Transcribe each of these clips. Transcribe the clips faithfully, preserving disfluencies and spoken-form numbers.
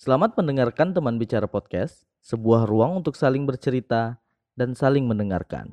Selamat mendengarkan teman bicara podcast, sebuah ruang untuk saling bercerita dan saling mendengarkan.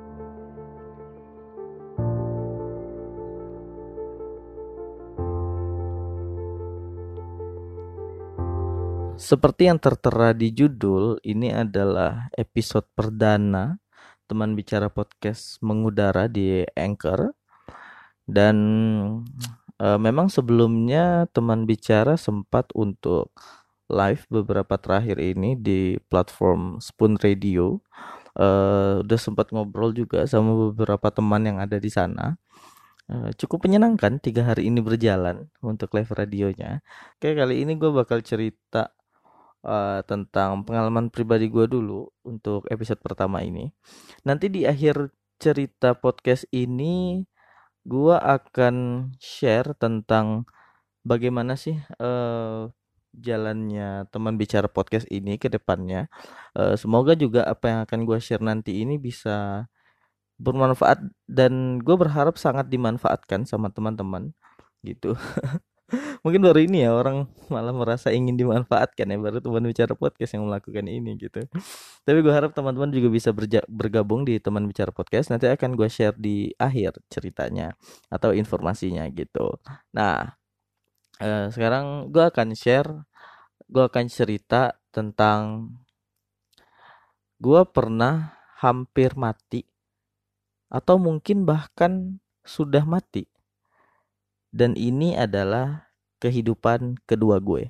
Seperti yang tertera di judul, ini adalah episode perdana teman bicara podcast mengudara di Anchor. Dan eh, memang sebelumnya teman bicara sempat untuk live beberapa terakhir ini di platform Spoon Radio. Eh, udah sempat ngobrol juga sama beberapa teman yang ada di sana. Eh, cukup menyenangkan tiga hari ini berjalan untuk live radionya. Oke, kali ini gue bakal cerita eh, tentang pengalaman pribadi gue dulu untuk episode pertama ini. Nanti di akhir cerita podcast ini gue akan share tentang bagaimana sih eh, jalannya teman bicara podcast ini ke depannya. Eh, semoga juga apa yang akan gue share nanti ini bisa bermanfaat dan gue berharap sangat dimanfaatkan sama teman-teman gitu. Mungkin baru ini ya orang malah merasa ingin dimanfaatkan ya, baru teman bicara podcast yang melakukan ini gitu. Tapi gue harap teman-teman juga bisa berja- bergabung di teman bicara podcast. Nanti akan gue share di akhir ceritanya atau informasinya gitu. Nah, eh, sekarang gue akan share, gue akan cerita tentang gue pernah hampir mati atau mungkin bahkan sudah mati. Dan ini adalah kehidupan kedua gue.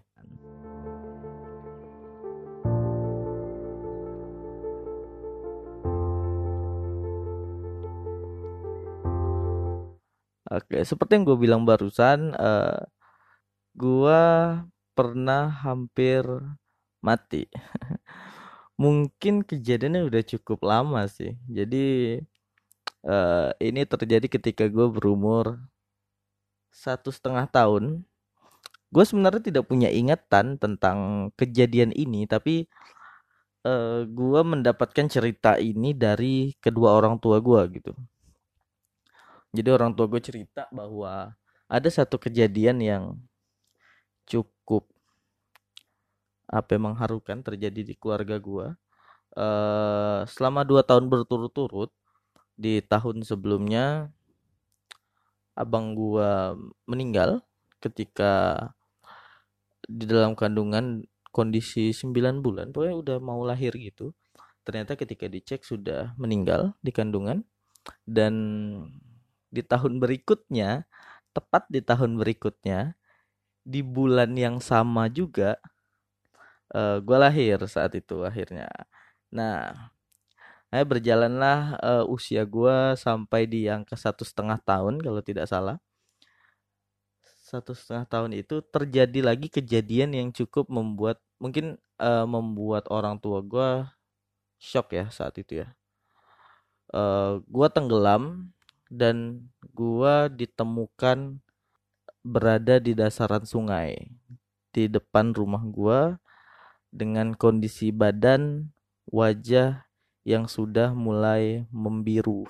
Oke, seperti yang gue bilang barusan, eh, gue pernah hampir mati. Mungkin kejadiannya udah cukup lama sih. Jadi eh, ini terjadi ketika gue berumur satu setengah tahun. Gue sebenarnya tidak punya ingatan tentang kejadian ini, tapi eh, gue mendapatkan cerita ini dari kedua orang tua gue gitu. Jadi orang tua gue cerita bahwa ada satu kejadian yang cukup apa yang mengharukan terjadi di keluarga gue. Eh, selama dua tahun berturut-turut, di tahun sebelumnya abang gue meninggal ketika di dalam kandungan kondisi sembilan bulan, pokoknya udah mau lahir gitu. Ternyata ketika dicek sudah meninggal di kandungan. Dan di tahun berikutnya, tepat di tahun berikutnya, di bulan yang sama juga, eh, gue lahir saat itu akhirnya. Nah, eh, berjalanlah eh, usia gue sampai di angka satu setengah tahun kalau tidak salah. Satu setengah tahun itu terjadi lagi kejadian yang cukup membuat mungkin eh, membuat orang tua gue shock ya saat itu ya. Eh, gue tenggelam dan gue ditemukan berada di dasaran sungai di depan rumah gue dengan kondisi badan wajah yang sudah mulai membiru.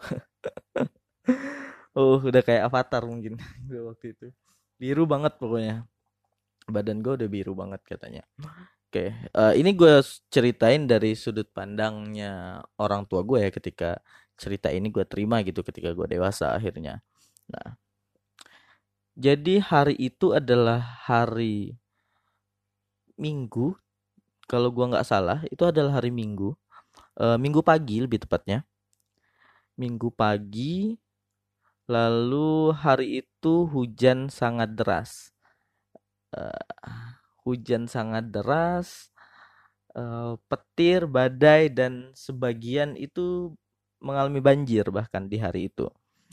Oh, udah kayak avatar mungkin gue waktu itu. Biru banget pokoknya. Badan gue udah biru banget katanya. Oke, eh, ini gue ceritain dari sudut pandangnya orang tua gue ya ketika cerita ini gue terima gitu ketika gue dewasa akhirnya. Nah, jadi hari itu adalah hari Minggu, kalau gua nggak salah itu adalah hari Minggu, eh, Minggu pagi lebih tepatnya. Minggu pagi, lalu hari itu hujan sangat deras. Eh, Hujan sangat deras, eh, petir, badai dan sebagian itu mengalami banjir bahkan di hari itu.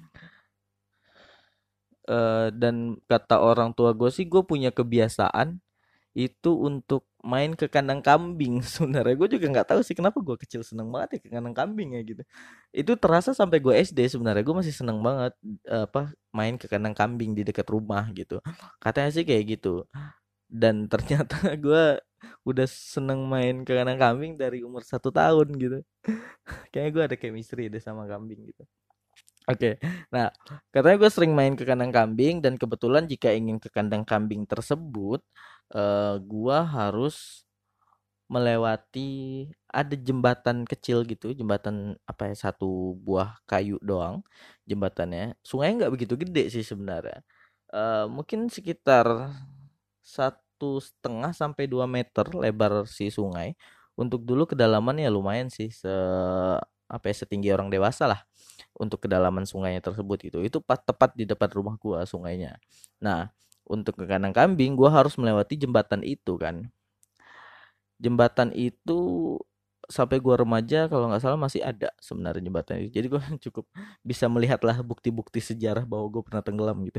Eh, dan kata orang tua gue sih gue punya kebiasaan itu untuk main ke kandang kambing. Sebenarnya gue juga nggak tahu sih kenapa gue kecil seneng banget ya ke kandang kambing ya gitu. Itu terasa sampai gue S D sebenarnya gue masih seneng banget eh, apa main ke kandang kambing di dekat rumah gitu. Katanya sih kayak gitu. Dan ternyata gue udah seneng main ke kandang kambing dari umur satu tahun gitu. Kayaknya gue ada chemistry deh sama kambing gitu. Oke. Nah, katanya gue sering main ke kandang kambing dan kebetulan jika ingin ke kandang kambing tersebut, eh, gua harus melewati ada jembatan kecil gitu, jembatan apa ya, satu buah kayu doang jembatannya. Sungainya nggak begitu gede sih sebenarnya. Eh, mungkin sekitar satu setengah sampai dua meter lebar si sungai. Untuk dulu kedalamannya lumayan sih, se apa ya, setinggi orang dewasa lah untuk kedalaman sungainya tersebut gitu. Itu pas tepat di depan rumah gua sungainya. Nah, untuk ke kandang kambing gua harus melewati jembatan itu kan. Jembatan itu sampai gua remaja kalau nggak salah masih ada sebenarnya jembatan itu. Jadi gua cukup bisa melihatlah bukti-bukti sejarah bahwa gue pernah tenggelam gitu.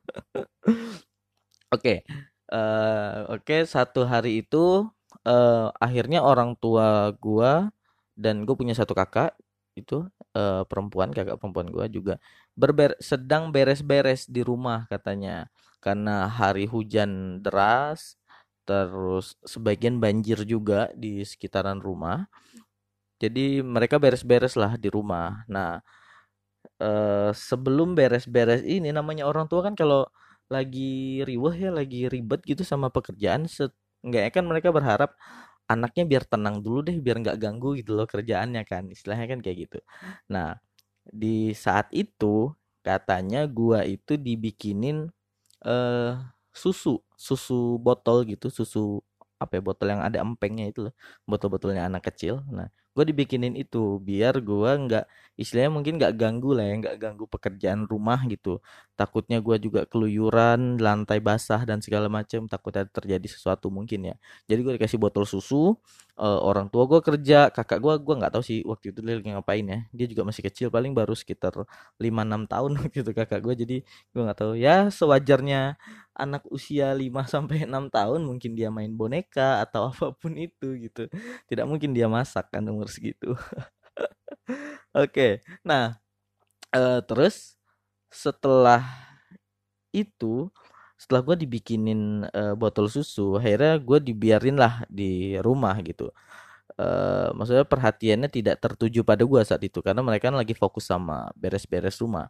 Oke. eh oke, satu hari itu eh akhirnya orang tua gua dan gue punya satu kakak itu, eh, perempuan, kakak perempuan gua juga berber sedang beres-beres di rumah katanya karena hari hujan deras, terus sebagian banjir juga di sekitaran rumah. Jadi mereka beres-beres lah di rumah. Nah, eh, sebelum beres-beres ini, namanya orang tua kan kalau lagi riweh ya, lagi ribet gitu sama pekerjaan, enggaknya kan mereka berharap anaknya biar tenang dulu deh, biar nggak ganggu gitu loh kerjaannya kan, istilahnya kan kayak gitu. Nah, di saat itu katanya gua itu dibikinin eh susu, susu botol gitu, susu apa ya, botol yang ada empengnya itu loh, botol-botolnya anak kecil. Nah, gue dibikinin itu biar gua nggak, istilahnya mungkin nggak ganggu lah ya, nggak ganggu pekerjaan rumah gitu. Takutnya gua juga keluyuran, lantai basah dan segala macam, takutnya terjadi sesuatu mungkin ya. Jadi gue dikasih botol susu. Eh, orang tua gue kerja, kakak gue gue nggak tahu sih waktu itu dia lagi ngapain ya. Dia juga masih kecil, paling baru sekitar lima enam tahun waktu itu kakak gue. Jadi gue nggak tahu ya, sewajarnya anak usia lima sampai enam tahun mungkin dia main boneka atau apapun itu gitu. Tidak mungkin dia masak kan umur segitu. Oke. Nah, eh, terus setelah itu, setelah gue dibikinin eh, botol susu, akhirnya gue dibiarin lah di rumah gitu. Eh, maksudnya perhatiannya tidak tertuju pada gue saat itu karena mereka kan lagi fokus sama beres-beres rumah.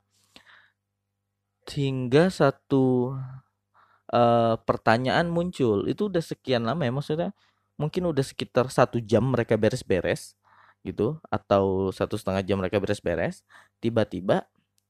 Hingga satu eh, pertanyaan muncul, itu udah sekian lama ya, maksudnya mungkin udah sekitar satu jam mereka beres-beres gitu, atau satu setengah jam mereka beres-beres. Tiba-tiba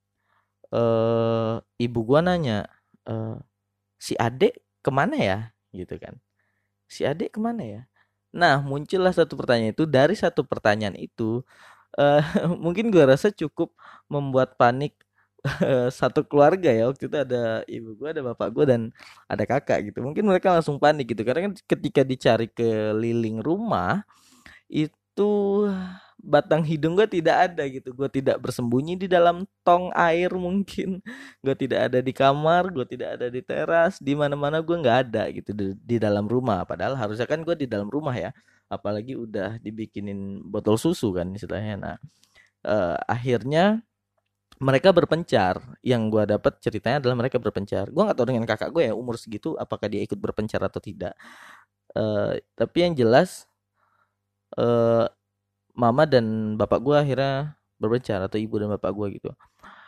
eh ibu gua nanya, eh, si adek kemana ya gitu kan, si adek kemana ya. Nah, muncullah satu pertanyaan itu. Dari satu pertanyaan itu, eh mungkin gua rasa cukup membuat panik eh, satu keluarga ya. Waktu itu ada ibu gua, ada bapak gua, dan ada kakak gitu. Mungkin mereka langsung panik gitu karena kan ketika dicari keliling rumah itu batang hidung gue tidak ada gitu. Gue tidak bersembunyi di dalam tong air mungkin. Gue tidak ada di kamar, gue tidak ada di teras, di mana-mana gue nggak ada gitu di, di dalam rumah. Padahal harusnya kan gue di dalam rumah ya. Apalagi udah dibikinin botol susu kan istilahnya. Nah, eh, akhirnya mereka berpencar. Yang gue dapat ceritanya adalah mereka berpencar. Gue nggak tahu dengan kakak gue ya umur segitu apakah dia ikut berpencar atau tidak. Eh, tapi yang jelas, eh, mama dan bapak gue akhirnya berpencar, atau ibu dan bapak gue gitu.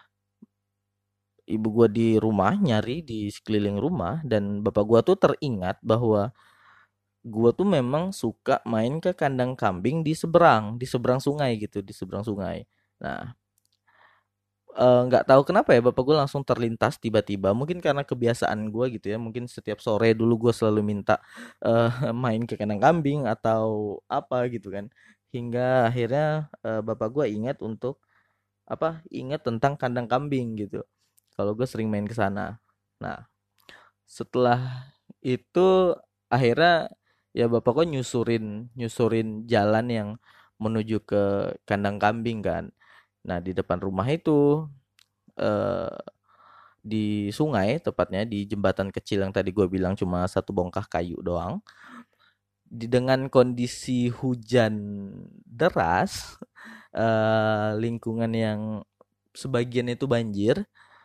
Ibu gue di rumah nyari di sekeliling rumah, dan bapak gue tuh teringat bahwa gue tuh memang suka main ke kandang kambing di seberang, di seberang sungai gitu, di seberang sungai. Nah, eh, nggak tahu kenapa ya bapak gue langsung terlintas tiba-tiba, mungkin karena kebiasaan gue gitu ya, mungkin setiap sore dulu gue selalu minta eh, main ke kandang kambing atau apa gitu kan, hingga akhirnya eh, bapak gue ingat untuk apa, ingat tentang kandang kambing gitu. Kalau gue sering main ke sana. Nah, setelah itu akhirnya ya bapak gue nyusurin nyusurin jalan yang menuju ke kandang kambing kan. Nah, di depan rumah itu, eh, di sungai, tepatnya di jembatan kecil yang tadi gue bilang cuma satu bongkah kayu doang. Di dengan kondisi hujan deras, eh, lingkungan yang sebagian itu banjir,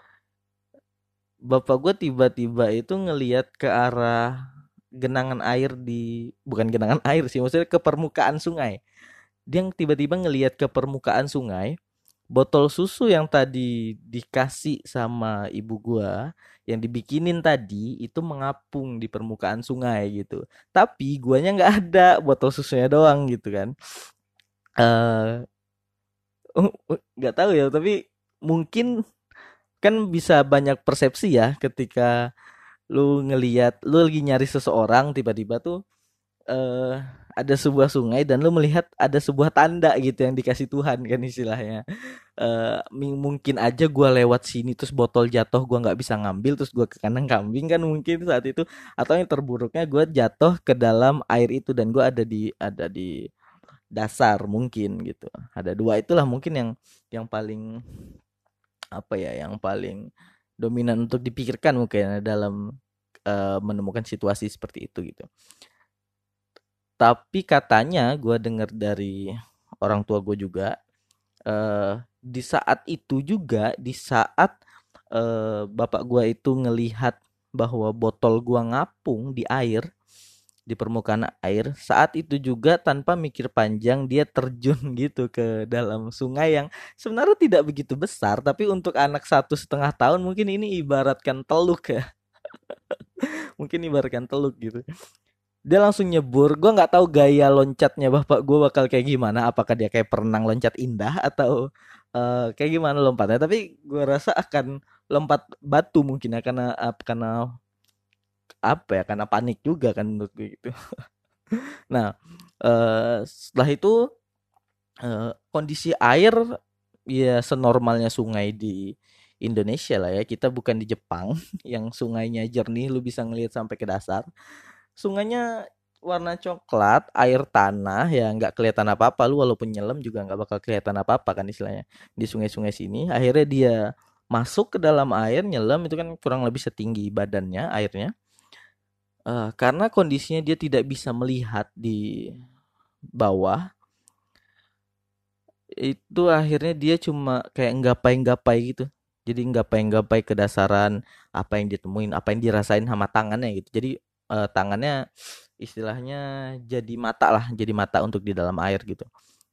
bapak gue tiba-tiba itu ngelihat ke arah genangan air di, bukan genangan air sih, maksudnya ke permukaan sungai. Dia tiba-tiba ngelihat ke permukaan sungai, botol susu yang tadi dikasih sama ibu gua, yang dibikinin tadi itu mengapung di permukaan sungai gitu. Tapi guanya nggak ada, botol susunya doang gitu kan. Eh, nggak tahu ya, tapi mungkin kan bisa banyak persepsi ya ketika lu ngelihat lu lagi nyari seseorang tiba-tiba tuh eh ada sebuah sungai dan lu melihat ada sebuah tanda gitu yang dikasih Tuhan kan istilahnya. Eh, mi- mungkin aja gua lewat sini terus botol jatuh gua nggak bisa ngambil terus gua ke kanan kambing kan mungkin saat itu, atau yang terburuknya gua jatuh ke dalam air itu dan gua ada di ada di dasar mungkin gitu. Ada dua itulah mungkin yang yang paling apa ya, yang paling dominan untuk dipikirkan mungkin ya dalam eh, menemukan situasi seperti itu gitu. Tapi katanya gue dengar dari orang tua gue juga, eh, di saat itu juga, di saat eh, bapak gue itu ngelihat bahwa botol gue ngapung di air, di permukaan air, saat itu juga tanpa mikir panjang dia terjun gitu ke dalam sungai yang sebenarnya tidak begitu besar, tapi untuk anak satu setengah tahun mungkin ini ibaratkan teluk ya, mungkin ibaratkan teluk gitu. Dia langsung nyebur, gue nggak tahu gaya loncatnya bapak gue bakal kayak gimana, apakah dia kayak perenang loncat indah atau eh, kayak gimana lompatnya, tapi gue rasa akan lompat batu mungkin ya, karena karena apa ya, karena panik juga kan menurut gue gitu. Nah, eh, setelah itu eh, kondisi air ya senormalnya sungai di Indonesia lah ya. Kita bukan di Jepang yang sungainya jernih lu bisa ngelihat sampai ke dasar. Sungainya warna coklat, air tanah ya nggak kelihatan apa-apa. Lu walaupun nyelam juga nggak bakal kelihatan apa-apa kan istilahnya di sungai-sungai sini. Akhirnya dia masuk ke dalam air nyelam itu kan kurang lebih setinggi badannya airnya. Eh, karena kondisinya dia tidak bisa melihat di bawah, itu akhirnya dia cuma kayak nggapai-nggapai gitu. Jadi nggapai-nggapai ke dasaran, apa yang ditemuin, apa yang dirasain sama tangannya gitu. Jadi eh, tangannya istilahnya jadi mata lah, jadi mata untuk di dalam air gitu.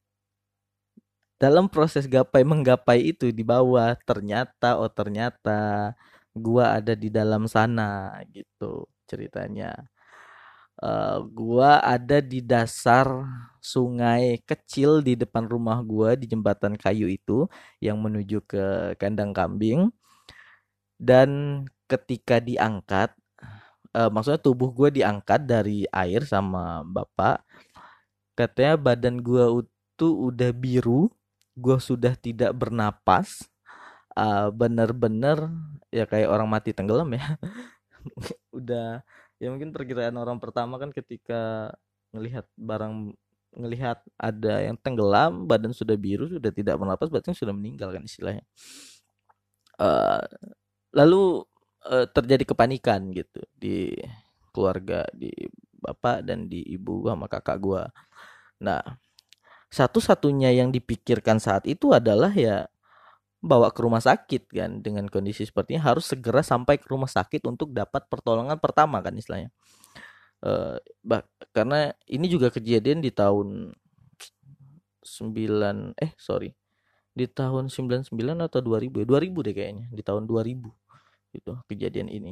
Dalam proses gapai menggapai itu di bawah, ternyata oh ternyata gua ada di dalam sana gitu ceritanya. Eh, gua ada di dasar sungai kecil di depan rumah gua di jembatan kayu itu yang menuju ke kandang kambing, dan ketika diangkat, eh, maksudnya tubuh gua diangkat dari air sama bapak, katanya badan gua itu udah biru, gua sudah tidak bernapas, eh, bener-bener ya kayak orang mati tenggelam ya. Udah ya mungkin perkiraan orang pertama kan ketika ngelihat barang, ngelihat ada yang tenggelam badan sudah biru sudah tidak bernapas berarti sudah meninggal kan istilahnya. Eh, lalu eh, terjadi kepanikan gitu di keluarga, di bapak dan di ibu gua sama kakak gua. Nah, satu-satunya yang dipikirkan saat itu adalah ya bawa ke rumah sakit kan, dengan kondisi sepertinya harus segera sampai ke rumah sakit untuk dapat pertolongan pertama kan istilahnya. Eh, bah, karena ini juga kejadian di tahun sembilan eh sorry di tahun sembilan puluh sembilan atau dua ribu ya, dua ribu deh kayaknya, di tahun dua ribu itu kejadian ini.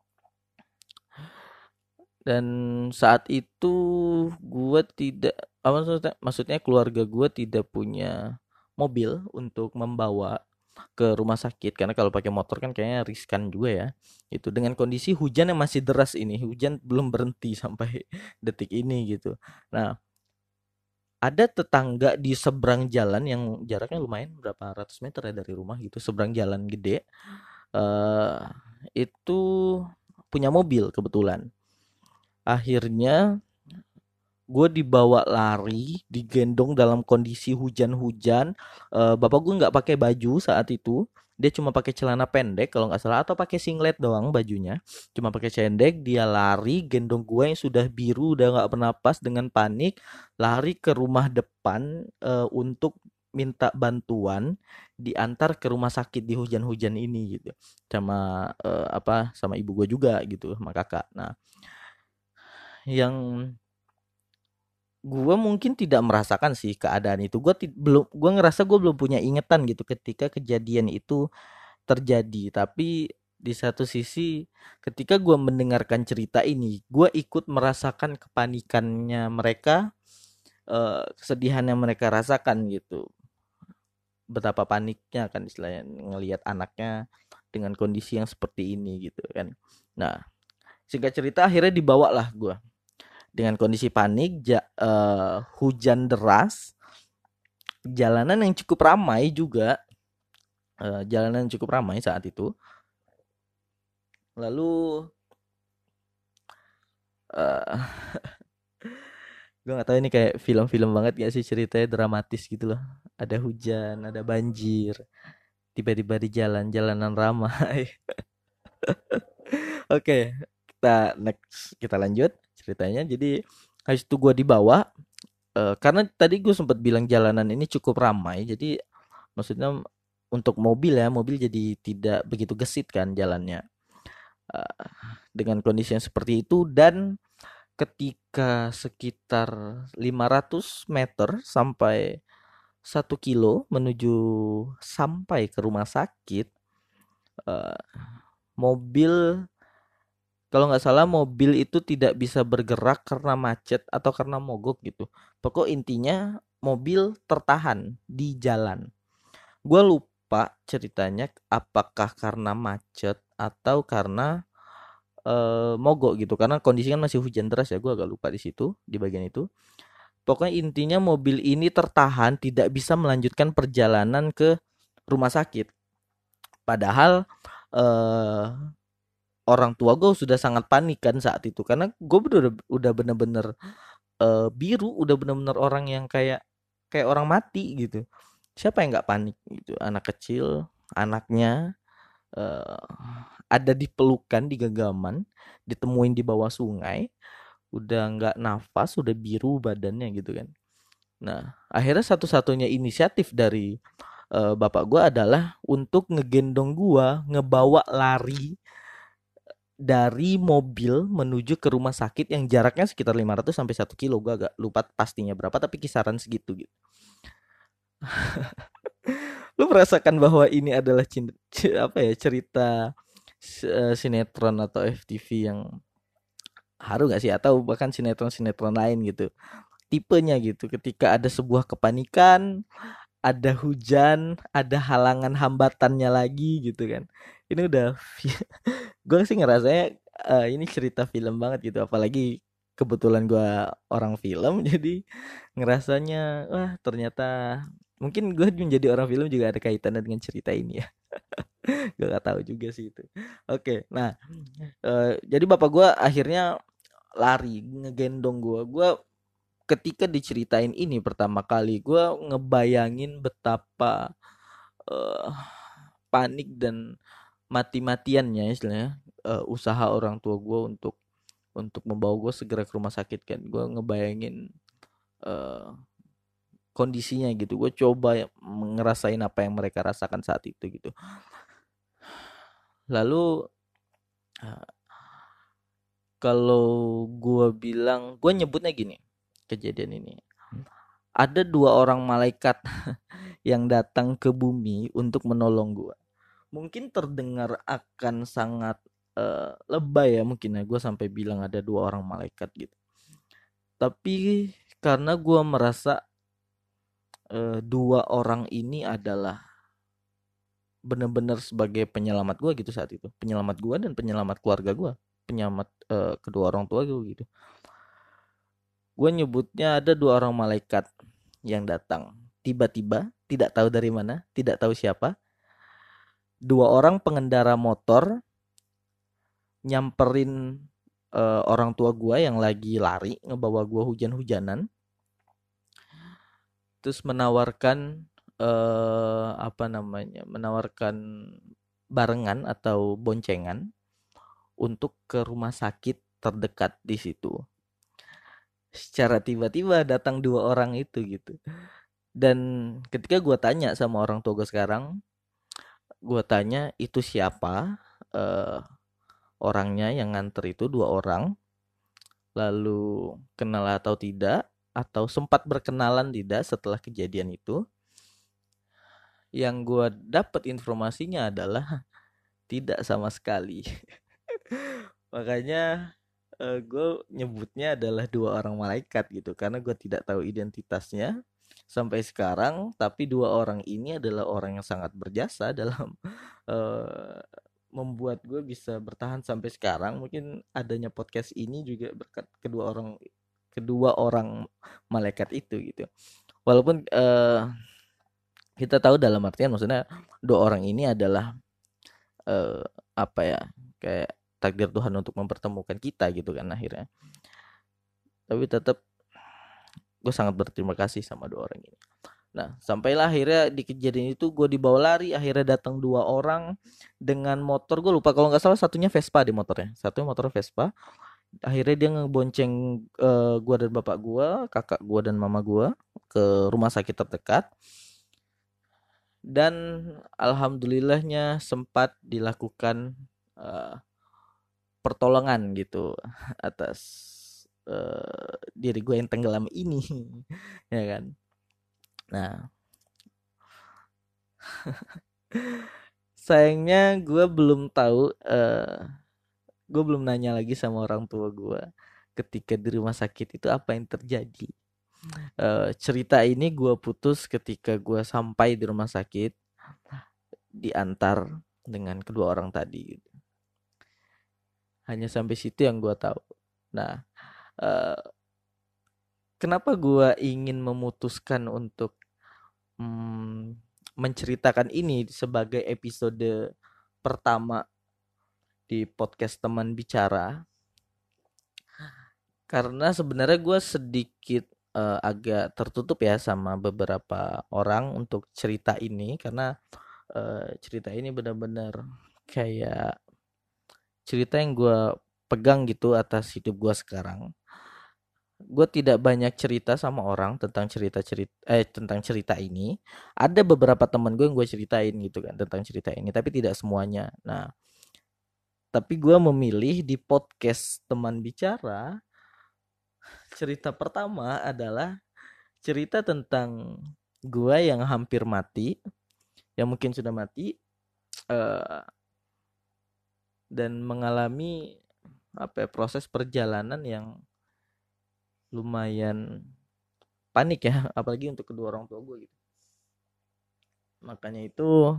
Dan saat itu gua tidak apa maksudnya, maksudnya keluarga gua tidak punya mobil untuk membawa ke rumah sakit karena kalau pakai motor kan kayaknya riskan juga ya. Itu dengan kondisi hujan yang masih deras ini, hujan belum berhenti sampai detik ini gitu. Nah, ada tetangga di seberang jalan yang jaraknya lumayan berapa ratus meter ya dari rumah gitu, seberang jalan gede. eh itu punya mobil kebetulan. Akhirnya gue dibawa lari, digendong dalam kondisi hujan-hujan. Eh, bapak gue nggak pakai baju saat itu, dia cuma pakai celana pendek kalau nggak salah atau pakai singlet doang bajunya. Cuma pakai cendek, dia lari gendong gue yang sudah biru udah nggak bernapas dengan panik, lari ke rumah depan eh, untuk minta bantuan diantar ke rumah sakit di hujan-hujan ini gitu. Sama eh, apa sama ibu gue juga gitu, sama kakak. Nah, yang Gua mungkin tidak merasakan sih keadaan itu. Gua ti- belum, gua ngerasa gua belum punya ingetan gitu ketika kejadian itu terjadi. Tapi di satu sisi, ketika gua mendengarkan cerita ini, gua ikut merasakan kepanikannya mereka, eh, kesedihan yang mereka rasakan gitu. Betapa paniknya kan istilahnya ngelihat anaknya dengan kondisi yang seperti ini gitu kan. Nah, singkat cerita akhirnya dibawalah gua dengan kondisi panik, ja- eh, hujan deras, jalanan yang cukup ramai juga, eh, jalanan yang cukup ramai saat itu. Lalu eh gue nggak tahu ini kayak film-film banget gak sih, ceritanya dramatis gitu loh. Ada hujan, ada banjir, tiba-tiba di jalan, jalanan ramai. Oke, kita next, kita lanjut ceritanya. Jadi habis itu gue dibawa, eh, karena tadi gue sempat bilang jalanan ini cukup ramai. Jadi maksudnya untuk mobil ya, mobil jadi tidak begitu gesit kan jalannya. Eh, dengan kondisi yang seperti itu, dan ketika sekitar lima ratus meter sampai satu kilo menuju sampai ke rumah sakit, eh, mobil, kalau nggak salah mobil itu tidak bisa bergerak karena macet atau karena mogok gitu. Pokok intinya mobil tertahan di jalan. Gue lupa ceritanya apakah karena macet atau karena eh, mogok gitu. Karena kondisi kan masih hujan deras ya. Gue agak lupa di situ, di bagian itu. Pokoknya intinya mobil ini tertahan, tidak bisa melanjutkan perjalanan ke rumah sakit. Padahal eh, orang tua gue sudah sangat panik kan saat itu, karena gue udah udah bener-bener eh, biru, udah bener-bener orang yang kayak kayak orang mati gitu. Siapa yang nggak panik gitu? Anak kecil, anaknya eh, ada di pelukan, di genggaman, ditemuin di bawah sungai, udah nggak nafas, udah biru badannya gitu kan. Nah, akhirnya satu-satunya inisiatif dari eh, bapak gua adalah untuk ngegendong gua, ngebawa lari dari mobil menuju ke rumah sakit yang jaraknya sekitar lima ratus sampai satu kilo. Gua agak lupa pastinya berapa, tapi kisaran segitu gitu. Lu merasakan bahwa ini adalah cin- c- apa ya, cerita s- eh, sinetron atau F T V yang haru gak sih, atau bahkan sinetron-sinetron lain gitu. Tipenya gitu, ketika ada sebuah kepanikan, ada hujan, ada halangan hambatannya lagi gitu kan. Ini udah gue sih ngerasanya eh, ini cerita film banget gitu, apalagi kebetulan gue orang film jadi ngerasanya wah ternyata mungkin gue menjadi orang film juga ada kaitannya dengan cerita ini ya. Gue gak tahu juga sih itu. Oke, nah eh, jadi bapak gue akhirnya lari ngegendong gue. Gue ketika diceritain ini pertama kali, gue ngebayangin betapa eh, panik dan mati-matiannya istilahnya, eh, usaha orang tua gue untuk untuk membawa gue segera ke rumah sakit kan. Gue ngebayangin eh, kondisinya gitu. Gue coba ngerasain apa yang mereka rasakan saat itu gitu. Lalu eh, kalau gue bilang, gue nyebutnya gini, kejadian ini. Ada dua orang malaikat yang datang ke bumi untuk menolong gue. Mungkin terdengar akan sangat eh, lebay ya mungkin ya gue sampai bilang ada dua orang malaikat gitu. Tapi karena gue merasa eh, dua orang ini adalah benar-benar sebagai penyelamat gue gitu saat itu, penyelamat gue dan penyelamat keluarga gue, penyelamat eh, kedua orang tua gue gitu. Gue nyebutnya ada dua orang malaikat yang datang tiba-tiba, tidak tahu dari mana, tidak tahu siapa. Dua orang pengendara motor nyamperin eh, orang tua gue yang lagi lari ngebawa gue hujan-hujanan, terus menawarkan eh, apa namanya, menawarkan barengan atau boncengan untuk ke rumah sakit terdekat di situ. Secara tiba-tiba datang dua orang itu gitu. Dan ketika gue tanya sama orang tua gue sekarang, gue tanya itu siapa, eh, orangnya yang nganter itu dua orang, lalu kenal atau tidak. atau sempat berkenalan tidak setelah kejadian itu. Yang gue dapat informasinya adalah tidak sama sekali. Makanya eh, gue nyebutnya adalah dua orang malaikat gitu, karena gue tidak tahu identitasnya sampai sekarang. Tapi dua orang ini adalah orang yang sangat berjasa dalam eh, membuat gue bisa bertahan sampai sekarang. Mungkin adanya podcast ini juga berkat kedua orang kedua orang malaikat itu gitu. Walaupun eh, kita tahu dalam artian maksudnya dua orang ini adalah eh, apa ya, kayak takdir Tuhan untuk mempertemukan kita gitu kan akhirnya. Tapi tetap gue sangat berterima kasih sama dua orang ini. Nah, sampailah akhirnya di kejadian itu gue dibawa lari. Akhirnya datang dua orang dengan motor, gue lupa kalau nggak salah satunya Vespa di motornya, satunya motor Vespa. Akhirnya dia ngebonceng uh, gue dan bapak gue, kakak gue dan mama gue ke rumah sakit terdekat. Dan alhamdulillahnya sempat dilakukan uh, pertolongan gitu atas uh, diri gue yang tenggelam ini. Ya kan. Nah, sayangnya gue belum tahu, uh, gue belum nanya lagi sama orang tua gue ketika di rumah sakit itu apa yang terjadi. Uh, cerita ini gue putus ketika gue sampai di rumah sakit, diantar dengan kedua orang tadi gitu. Hanya sampai situ yang gue tahu. Nah, uh, kenapa gue ingin memutuskan untuk hmm, menceritakan ini sebagai episode pertama di podcast teman bicara? Karena sebenarnya gue sedikit uh, agak tertutup ya sama beberapa orang untuk cerita ini, karena uh, cerita ini benar-benar kayak cerita yang gue pegang gitu atas hidup gue sekarang. Gue tidak banyak cerita sama orang tentang cerita-cerita eh tentang cerita ini. Ada beberapa teman gue yang gue ceritain gitu kan tentang cerita ini, tapi tidak semuanya. Nah, tapi gue memilih di podcast teman bicara, cerita pertama adalah cerita tentang gue yang hampir mati, yang mungkin sudah mati, uh, dan mengalami apa ya, proses perjalanan yang lumayan panik ya, apalagi untuk kedua orang tua gue gitu. Makanya itu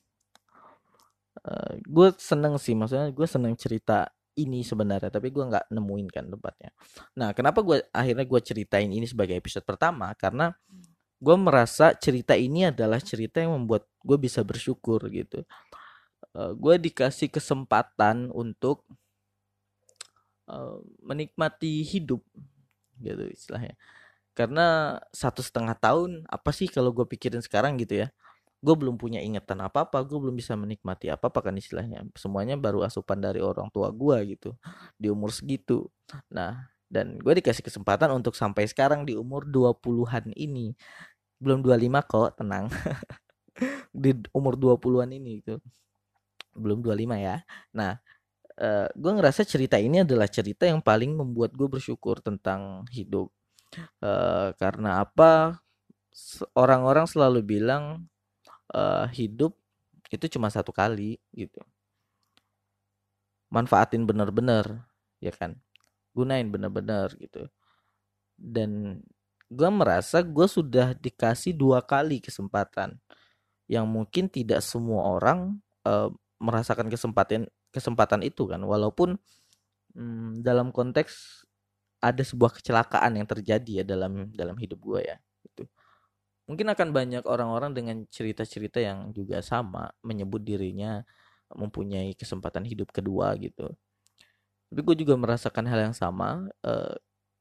uh, gue seneng sih, maksudnya gue seneng cerita ini sebenarnya, tapi gue nggak nemuin kan tempatnya. Nah, kenapa gue akhirnya gue ceritain ini sebagai episode pertama? Karena gue merasa cerita ini adalah cerita yang membuat gue bisa bersyukur gitu. Uh, gue dikasih kesempatan untuk uh, menikmati hidup gitu istilahnya. Karena satu setengah tahun apa sih kalau gue pikirin sekarang gitu ya, gue belum punya ingatan apa-apa, gue belum bisa menikmati apa-apa kan istilahnya. Semuanya baru asupan dari orang tua gue gitu di umur segitu. Nah, dan gue dikasih kesempatan untuk sampai sekarang di umur dua puluhan ini. Belum dua puluh lima kok, tenang. Di umur dua puluhan ini gitu. Belum dua puluh lima ya. Nah, uh, gue ngerasa cerita ini adalah cerita yang paling membuat gue bersyukur tentang hidup. Uh, karena apa? Orang-orang selalu bilang uh, hidup itu cuma satu kali gitu. Manfaatin bener-bener, ya kan? Gunain bener-bener gitu. Dan gue merasa gue sudah dikasih dua kali kesempatan, yang mungkin tidak semua orang uh, merasakan kesempatan kesempatan itu kan. Walaupun hmm, dalam konteks ada sebuah kecelakaan yang terjadi ya dalam dalam hidup gue ya. Gitu. Mungkin akan banyak orang-orang dengan cerita-cerita yang juga sama menyebut dirinya mempunyai kesempatan hidup kedua gitu. Tapi gue juga merasakan hal yang sama. Uh,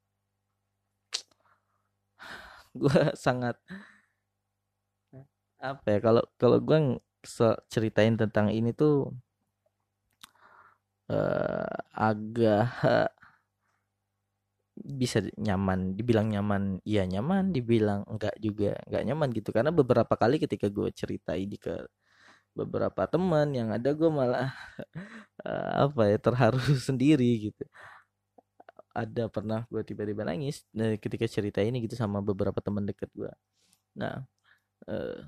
gue sangat apa ya, kalau kalau gue ceritain tentang ini tuh uh, agak bisa nyaman, dibilang nyaman iya nyaman, dibilang enggak juga enggak nyaman gitu. Karena beberapa kali ketika gue cerita ini ke beberapa teman, yang ada gue malah uh, apa ya, terharu sendiri gitu. ada pernah gue tiba-tiba nangis eh, ketika cerita ini gitu sama beberapa teman dekat gue. Nah, eh,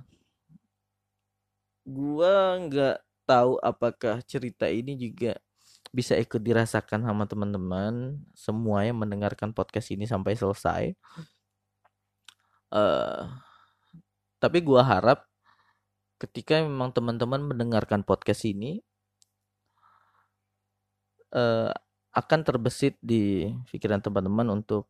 gue nggak tahu apakah cerita ini juga bisa ikut dirasakan sama teman-teman semua yang mendengarkan podcast ini sampai selesai. Eh, tapi gue harap ketika memang teman-teman mendengarkan podcast ini eh, akan terbesit di pikiran teman-teman untuk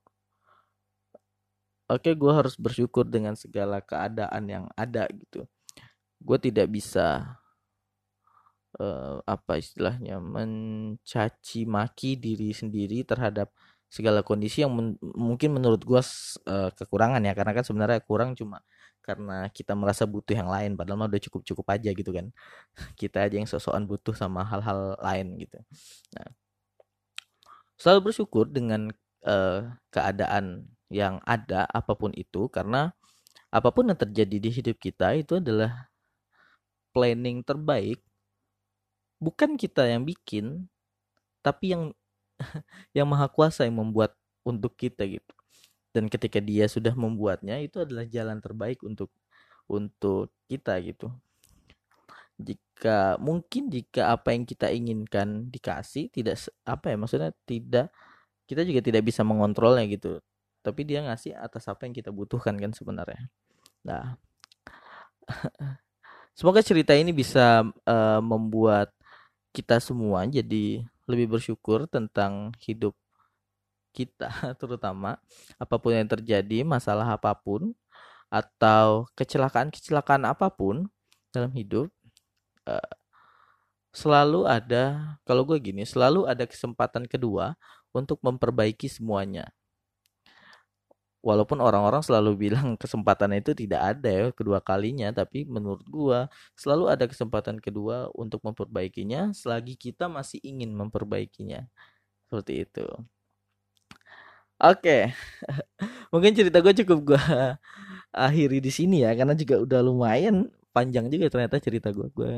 oke, gue harus bersyukur dengan segala keadaan yang ada gitu. Gue tidak bisa eh, apa istilahnya mencaci maki diri sendiri terhadap segala kondisi yang men- mungkin menurut gue uh, kekurangan ya, karena kan sebenarnya kurang cuma karena kita merasa butuh yang lain padahal mah udah cukup-cukup aja gitu kan. Kita aja yang sosokan butuh sama hal-hal lain gitu. Nah, selalu bersyukur dengan eh, keadaan yang ada apapun itu, karena apapun yang terjadi di hidup kita itu adalah planning terbaik, bukan kita yang bikin tapi yang yang maha kuasa yang membuat untuk kita gitu. Dan ketika dia sudah membuatnya itu adalah jalan terbaik untuk untuk kita gitu. Jika mungkin jika apa yang kita inginkan dikasih tidak apa ya maksudnya tidak, kita juga tidak bisa mengontrolnya gitu. Tapi dia ngasih atas apa yang kita butuhkan kan sebenarnya. Nah, semoga cerita ini bisa uh, membuat kita semua jadi lebih bersyukur tentang hidup kita terutama apapun yang terjadi, masalah apapun atau kecelakaan-kecelakaan apapun dalam hidup, uh, selalu ada, kalau gue gini, selalu ada kesempatan kedua untuk memperbaiki semuanya. Walaupun orang-orang selalu bilang kesempatan itu tidak ada ya kedua kalinya, tapi menurut gua selalu ada kesempatan kedua untuk memperbaikinya selagi kita masih ingin memperbaikinya. Seperti itu. Oke, mungkin cerita gue cukup gua akhiri di sini ya, karena juga udah lumayan panjang juga ternyata cerita gua. Gua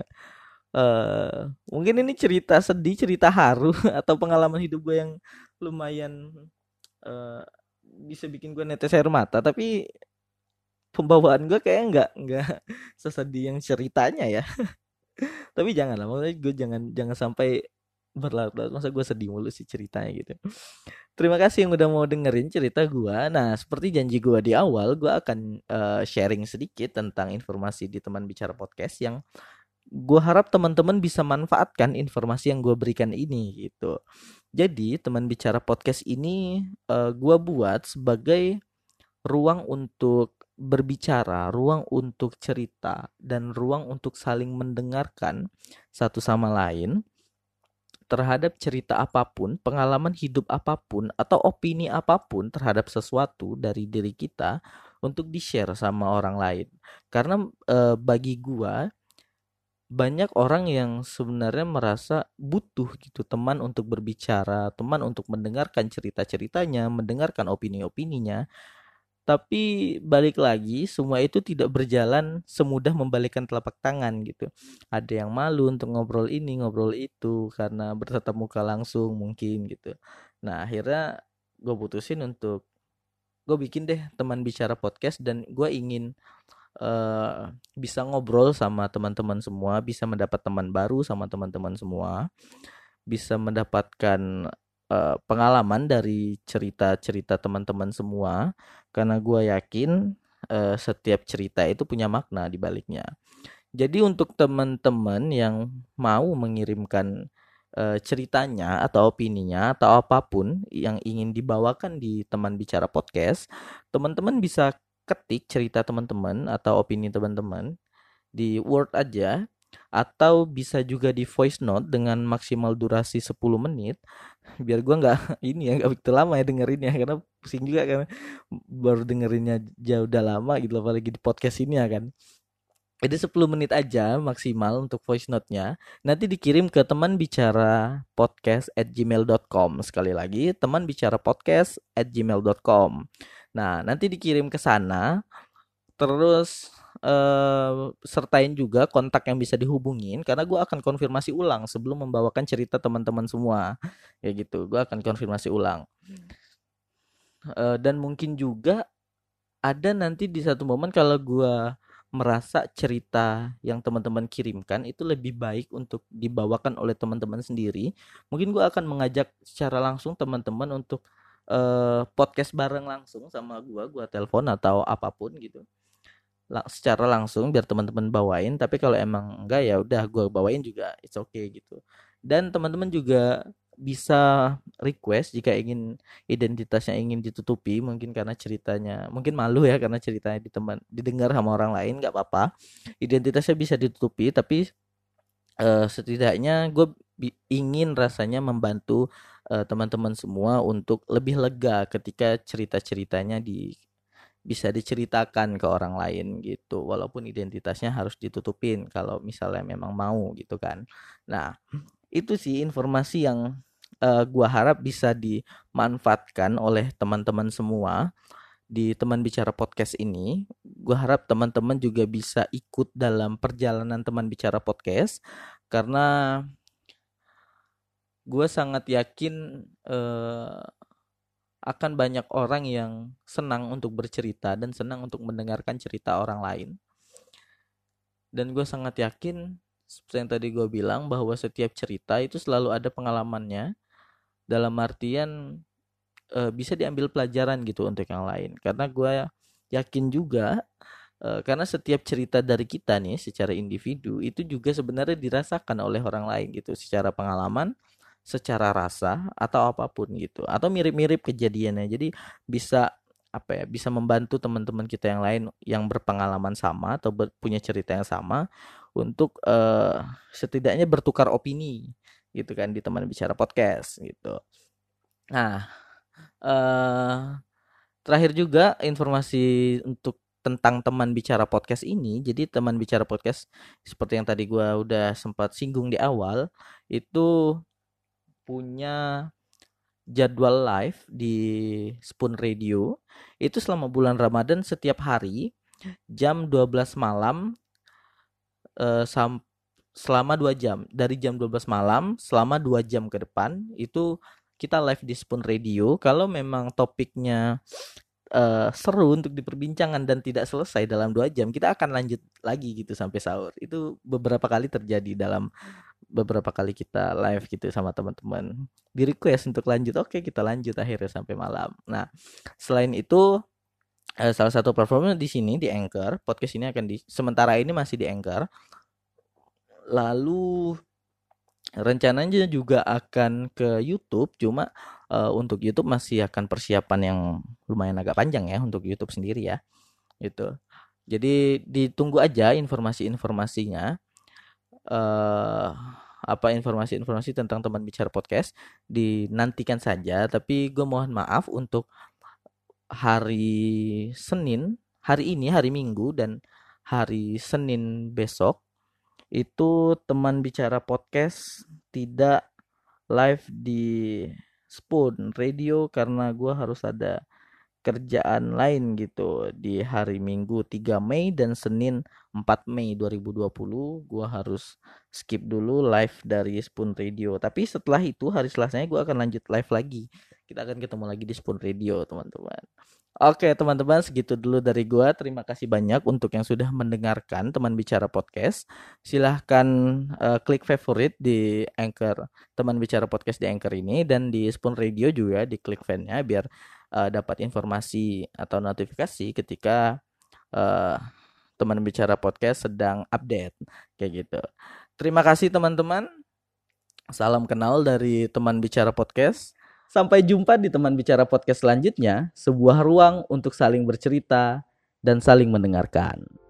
eh mungkin ini cerita sedih, cerita haru atau pengalaman hidup gue yang lumayan eh, bisa bikin gue netes air mata, tapi pembawaan gue kayak nggak nggak sesedih yang ceritanya ya. Tapi jangan lah, maksudnya gue jangan jangan sampai berlarut-larut, masa gue sedih mulu sih ceritanya gitu. Terima kasih yang udah mau dengerin cerita gue. Nah, seperti janji gue di awal, gue akan eh, sharing sedikit tentang informasi di Teman Bicara Podcast yang gue harap teman-teman bisa manfaatkan informasi yang gue berikan ini gitu. Jadi Teman Bicara Podcast ini uh, gue buat sebagai ruang untuk berbicara, ruang untuk cerita, dan ruang untuk saling mendengarkan satu sama lain terhadap cerita apapun, pengalaman hidup apapun, atau opini apapun terhadap sesuatu dari diri kita untuk di-share sama orang lain. Karena e, bagi gua banyak orang yang sebenarnya merasa butuh gitu teman untuk berbicara, teman untuk mendengarkan cerita-ceritanya, mendengarkan opini-opininya. Tapi balik lagi, semua itu tidak berjalan semudah membalikkan telapak tangan gitu. Ada yang malu untuk ngobrol ini, ngobrol itu karena bertatap muka langsung mungkin gitu. Nah, akhirnya gue putusin untuk gue bikin deh Teman Bicara Podcast, dan gue ingin eh, bisa ngobrol sama teman-teman semua, bisa mendapat teman baru sama teman-teman semua, bisa mendapatkan eh, pengalaman dari cerita-cerita teman-teman semua, karena gue yakin eh, setiap cerita itu punya makna di baliknya. Jadi untuk teman-teman yang mau mengirimkan eh, ceritanya atau opininya atau apapun yang ingin dibawakan di Teman Bicara Podcast, teman-teman bisa ketik cerita teman-teman atau opini teman-teman di Word aja, atau bisa juga di voice note dengan maksimal durasi sepuluh menit, biar gua nggak ini ya nggak begitu lama ya dengerinnya, karena pusing juga kan baru dengerinnya jauh udah lama gitu, apalagi di podcast ini ya kan. Jadi sepuluh menit aja maksimal untuk voice note-nya. Nanti dikirim ke teman bicara podcast at gmail dot com. Sekali lagi, teman bicara podcast at gmail dot com. Nah, nanti dikirim ke sana. Terus eh, sertain juga kontak yang bisa dihubungin karena gue akan konfirmasi ulang sebelum membawakan cerita teman-teman semua. Ya gitu, gue akan konfirmasi ulang. Eh, dan mungkin juga ada nanti di satu momen kalau gue merasa cerita yang teman-teman kirimkan itu lebih baik untuk dibawakan oleh teman-teman sendiri, mungkin gue akan mengajak secara langsung teman-teman untuk eh, podcast bareng langsung sama gue, gue telepon atau apapun gitu, La- secara langsung biar teman-teman bawain. Tapi kalau emang enggak ya udah gue bawain juga, it's okay gitu. Dan teman-teman juga bisa request jika ingin identitasnya ingin ditutupi, mungkin karena ceritanya mungkin malu ya karena ceritanya di teman didengar sama orang lain, nggak apa-apa, identitasnya bisa ditutupi. Tapi eh, setidaknya gue ingin rasanya membantu eh, teman-teman semua untuk lebih lega ketika cerita-ceritanya di bisa diceritakan ke orang lain gitu, walaupun identitasnya harus ditutupin kalau misalnya memang mau gitu kan. Nah, itu sih informasi yang eh, gua harap bisa dimanfaatkan oleh teman-teman semua di teman bicara podcast ini. Gua harap teman-teman juga bisa ikut dalam perjalanan teman bicara podcast karena gue sangat yakin eh, akan banyak orang yang senang untuk bercerita dan senang untuk mendengarkan cerita orang lain. Dan gue sangat yakin seperti yang tadi gue bilang bahwa setiap cerita itu selalu ada pengalamannya, dalam artian e, bisa diambil pelajaran gitu untuk yang lain. Karena gue yakin juga e, karena setiap cerita dari kita nih secara individu itu juga sebenarnya dirasakan oleh orang lain gitu, secara pengalaman, secara rasa atau apapun gitu, atau mirip-mirip kejadiannya. Jadi bisa apa ya, bisa membantu teman-teman kita yang lain yang berpengalaman sama atau ber, punya cerita yang sama untuk uh, setidaknya bertukar opini gitu kan di teman bicara podcast gitu. Nah, uh, terakhir juga informasi untuk tentang teman bicara podcast ini. Jadi teman bicara podcast seperti yang tadi gua udah sempat singgung di awal itu punya jadwal live di Spoon Radio itu selama bulan Ramadan setiap hari jam dua belas malam, eh, sam- selama dua jam, dari jam dua belas malam selama dua jam ke depan itu kita live di Spoon Radio. Kalau memang topiknya eh, seru untuk diperbincangkan dan tidak selesai dalam dua jam, kita akan lanjut lagi gitu sampai sahur. Itu beberapa kali terjadi dalam beberapa kali kita live gitu sama teman-teman. Di request untuk lanjut, oke kita lanjut akhirnya sampai malam. Nah, selain itu eh, salah satu platformnya di sini di Anchor. Podcast ini akan di sementara ini masih di Anchor. Lalu rencananya juga akan ke YouTube, cuma eh, untuk YouTube masih akan persiapan yang lumayan agak panjang ya untuk YouTube sendiri ya. Gitu. Jadi ditunggu aja informasi-informasinya. eh apa informasi-informasi tentang teman bicara podcast dinantikan saja. Tapi gue mohon maaf untuk hari Senin, hari ini hari Minggu dan hari Senin besok itu teman bicara podcast tidak live di Spoon Radio karena gue harus ada kerjaan lain gitu di hari Minggu tiga Mei dan Senin empat Mei dua ribu dua puluh. Gua harus skip dulu live dari Spoon Radio. Tapi setelah itu hari Selasanya gua akan lanjut live lagi. Kita akan ketemu lagi di Spoon Radio, teman-teman. Oke, teman-teman, segitu dulu dari gua. Terima kasih banyak untuk yang sudah mendengarkan teman bicara podcast. Silahkan uh, klik favorit di Anchor, teman bicara podcast di Anchor ini, dan di Spoon Radio juga di klik fan-nya biar uh, dapat informasi atau notifikasi ketika uh, teman bicara podcast sedang update kayak gitu. Terima kasih teman-teman. Salam kenal dari teman bicara podcast. Sampai jumpa di teman bicara podcast selanjutnya, sebuah ruang untuk saling bercerita dan saling mendengarkan.